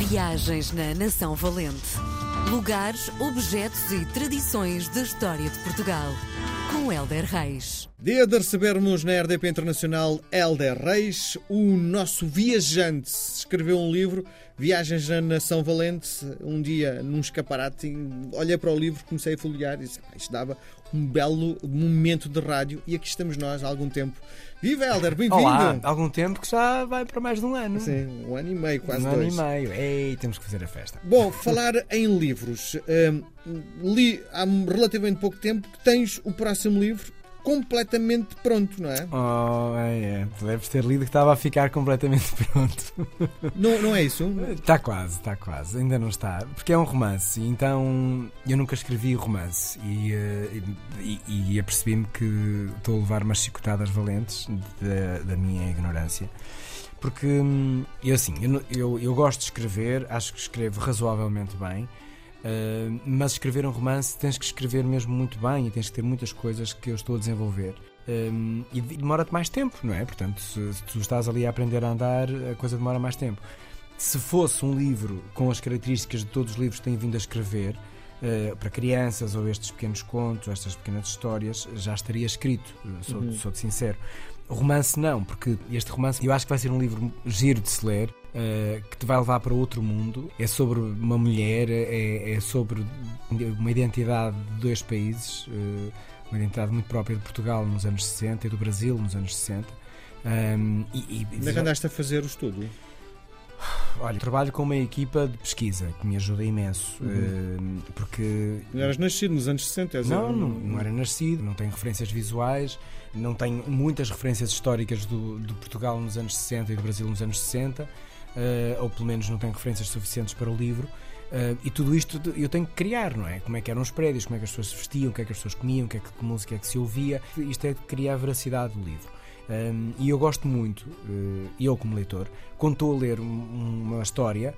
Viagens na Nação Valente. Lugares, objetos e tradições da história de Portugal. Com Hélder Reis. Dia de recebermos na RDP Internacional Hélder Reis, o nosso viajante. Escreveu um livro, Viagens na Nação Valente. Um dia, num escaparate, olhei para o livro, comecei a folhear e disse, isto dava um belo momento de rádio. E aqui estamos nós há algum tempo. Viva, Hélder, bem-vindo! Olá, há algum tempo que já vai para mais de um ano. Sim, 1 ano e meio, quase 2. 1 ano e meio. Ei, temos que fazer a festa. Bom, falar em livros. Li há relativamente pouco tempo que tens o próximo livro completamente pronto, não é? Oh, é. Deves ter lido que estava a ficar completamente pronto. Não é isso? Está quase. Ainda não está. Porque é um romance, então eu nunca escrevi romance e apercebi-me que estou a levar umas chicotadas valentes da minha ignorância. Porque eu gosto de escrever, acho que escrevo razoavelmente bem. Mas escrever um romance tens que escrever mesmo muito bem e tens que ter muitas coisas que eu estou a desenvolver e demora-te mais tempo, não é? Portanto, se tu estás ali a aprender a andar, a coisa demora mais tempo. Se fosse um livro com as características de todos os livros que tenho vindo a escrever para crianças, ou estes pequenos contos, ou estas pequenas histórias, já estaria escrito, sou-te sincero. O romance não, porque este romance eu acho que vai ser um livro giro de se ler, que te vai levar para outro mundo. É sobre uma mulher, é sobre uma identidade de dois países, uma identidade muito própria de Portugal nos anos 60 e do Brasil nos anos 60. Onde é que andaste a fazer o estudo? Olha, trabalho com uma equipa de pesquisa que me ajuda imenso, porque... Não eras nascido nos anos 60? Não era nascido, não tenho referências visuais, não tenho muitas referências históricas de Portugal nos anos 60 e do Brasil nos anos 60, ou pelo menos não tenho referências suficientes para o livro, e tudo isto eu tenho que criar, não é? Como é que eram os prédios, como é que as pessoas se vestiam, o que é que as pessoas comiam, que música é que se ouvia. Isto é de criar a veracidade do livro. E eu gosto muito, eu como leitor, quando estou a ler uma história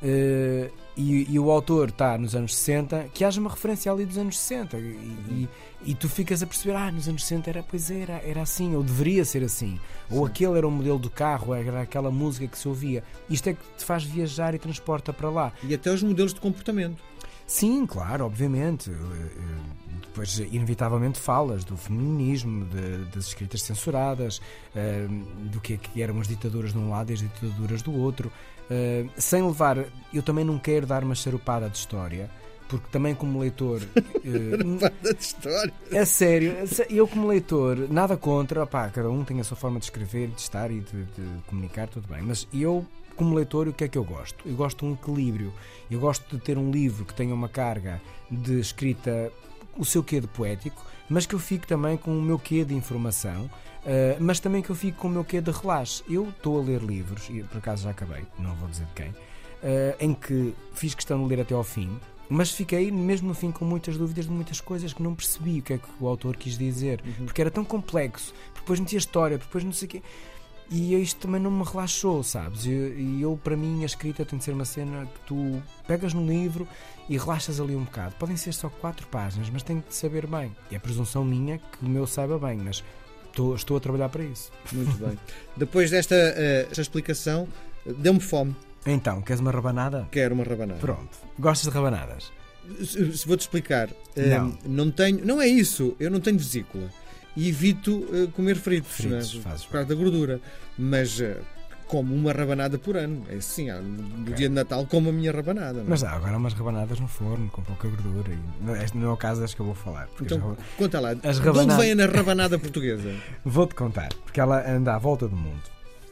e o autor está nos anos 60, que haja uma referência ali dos anos 60 e tu ficas a perceber, nos anos 60 era assim, ou deveria ser assim. Sim. Ou aquele era o modelo do carro, era aquela música que se ouvia. Isto é que te faz viajar e transporta para lá. E até os modelos de comportamento. Sim, claro, obviamente. Depois, inevitavelmente, falas do feminismo, das escritas censuradas, do que eram as ditaduras de um lado e as ditaduras do outro. Sem levar... Eu também não quero dar uma charupada de história, porque também como leitor... Charupada de história? É sério, eu como leitor, nada contra, cada um tem a sua forma de escrever, de estar e de comunicar, tudo bem, mas eu... Como leitor, o que é que eu gosto? Eu gosto de um equilíbrio. Eu gosto de ter um livro que tenha uma carga de escrita, o seu quê de poético, mas que eu fique também com o meu quê de informação, mas também que eu fique com o meu quê de relaxe. Eu estou a ler livros, e por acaso já acabei, não vou dizer de quem, em que fiz questão de ler até ao fim, mas fiquei mesmo no fim com muitas dúvidas de muitas coisas que não percebi o que é que o autor quis dizer, porque era tão complexo, depois metia história, depois não sei o quê. E isto também não me relaxou, sabes? E eu, para mim, a escrita tem de ser uma cena que tu pegas no livro e relaxas ali um bocado. Podem ser só 4 páginas, mas tem de saber bem. E é presunção minha que o meu saiba bem, mas estou a trabalhar para isso. Muito bem. Depois desta explicação, deu-me fome. Então, queres uma rabanada? Quero uma rabanada. Pronto. Gostas de rabanadas? Se vou-te explicar. Não é isso. Eu não tenho vesícula. E evito comer fritos por causa da gordura, mas como uma rabanada por ano, é assim, no dia de Natal como a minha rabanada, não é? Mas há agora umas rabanadas no forno com pouca gordura, este não é o caso das que eu vou falar. Então conta lá, de onde vem a rabanada portuguesa? Vou-te contar, porque ela anda à volta do mundo.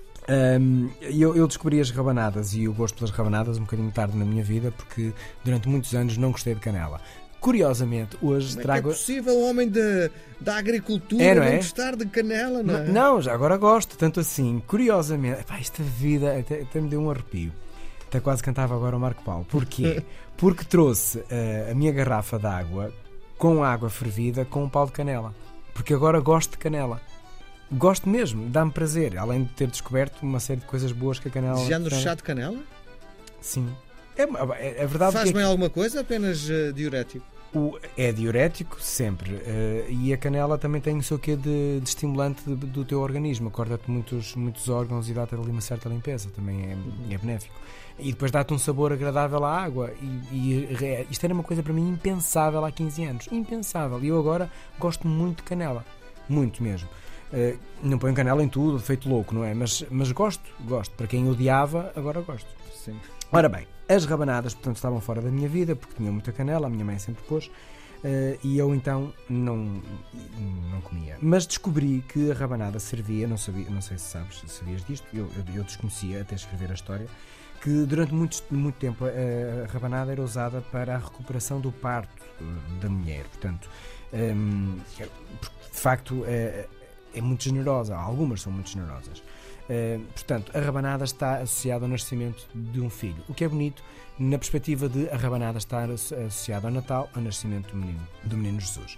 Eu descobri as rabanadas e o gosto pelas rabanadas um bocadinho tarde na minha vida, porque durante muitos anos não gostei de canela. Curiosamente, hoje trago... É possível o homem da agricultura não gostar de canela, não é? Não, já agora gosto, tanto assim. Curiosamente, esta vida até me deu um arrepio. Até quase cantava agora o Marco Paulo. Porquê? Porque trouxe a minha garrafa de água com água fervida com um pau de canela. Porque agora gosto de canela. Gosto mesmo, dá-me prazer. Além de ter descoberto uma série de coisas boas que a canela... Já no chá de canela? Sim. É verdade. Faz bem alguma coisa? Apenas diurético? É diurético, sempre. E a canela também tem o seu quê de estimulante do teu organismo. Corta-te muitos órgãos e dá-te ali uma certa limpeza. Também é benéfico. E depois dá-te um sabor agradável à água. Isto era uma coisa para mim impensável há 15 anos. Impensável. E eu agora gosto muito de canela. Muito mesmo. Não ponho canela em tudo, feito louco, não é? Mas gosto. Para quem odiava, agora gosto. Sim. Ora bem, as rabanadas, portanto, estavam fora da minha vida, porque tinham muita canela, a minha mãe sempre pôs, e eu então não comia. Mas descobri que a rabanada servia, não sei se sabias disto, eu desconhecia até escrever a história, que durante muito tempo a rabanada era usada para a recuperação do parto da mulher. Portanto, de facto, é muito generosa, algumas são muito generosas. Portanto, a rabanada está associada ao nascimento de um filho, o que é bonito na perspectiva de a rabanada estar associada ao Natal, ao nascimento do menino Jesus.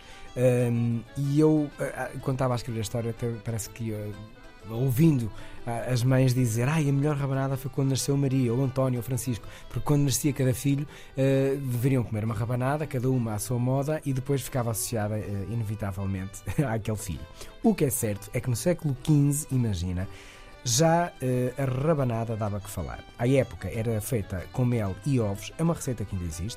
E eu, quando estava a escrever a história, até parece que ouvindo as mães dizer a melhor rabanada foi quando nasceu Maria, ou António, ou Francisco, porque quando nascia cada filho deveriam comer uma rabanada, cada uma à sua moda, e depois ficava associada inevitavelmente àquele filho. O que é certo é que no século XV, imagina, já a rabanada dava que falar. À época era feita com mel e ovos, é uma receita que ainda existe,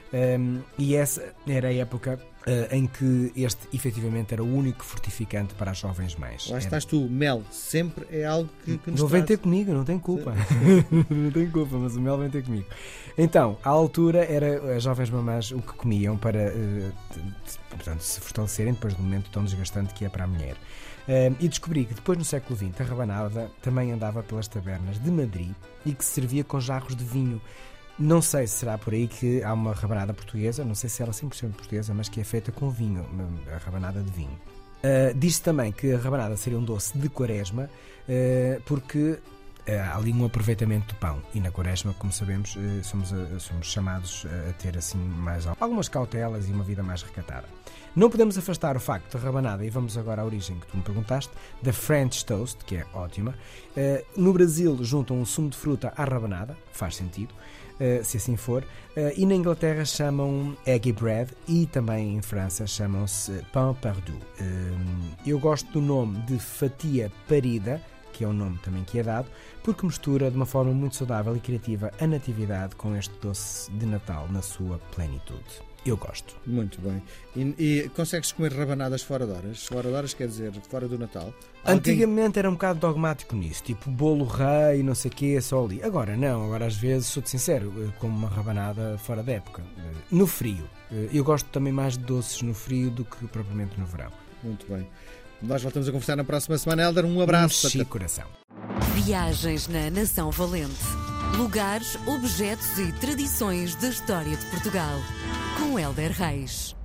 e essa era a época em que este efetivamente era o único fortificante para as jovens mães. Lá estás tu, mel, sempre é algo que nos não vem ter comigo, não tem culpa. Não tem culpa, mas o mel vem ter comigo. Então, à altura, era as jovens mamãs o que comiam para portanto, se fortalecerem depois do momento tão desgastante que é para a mulher. E descobri que depois no século XX a rabanada também andava pelas tabernas de Madrid e que se servia com jarros de vinho. Não sei se será por aí que há uma rabanada portuguesa, não sei se ela é 100% portuguesa, mas que é feita com vinho, a rabanada de vinho. Diz-se também que a rabanada seria um doce de quaresma, porque há ali um aproveitamento do pão, e na quaresma, como sabemos, somos chamados a ter assim mais algumas cautelas e uma vida mais recatada. Não podemos afastar o facto da rabanada, e vamos agora à origem que tu me perguntaste, da French Toast, que é ótima. No Brasil juntam um sumo de fruta à rabanada, faz sentido, se assim for, e na Inglaterra chamam eggy bread, e também em França chamam-se pain perdu. Eu gosto do nome de fatia parida, que é o nome também que é dado, porque mistura de uma forma muito saudável e criativa a natividade com este doce de Natal na sua plenitude. Eu gosto. Muito bem. E consegues comer rabanadas fora de horas? Fora de horas quer dizer fora do Natal? Antigamente era um bocado dogmático nisso, tipo bolo rei, não sei o quê, só ali. Agora não, agora às vezes, sou-te sincero, como uma rabanada fora da época. No frio. Eu gosto também mais de doces no frio do que propriamente no verão. Muito bem. Nós voltamos a conversar na próxima semana. Hélder, um abraço. Coração. Viagens na Nação Valente. Lugares, objetos e tradições da história de Portugal. Com Hélder Reis.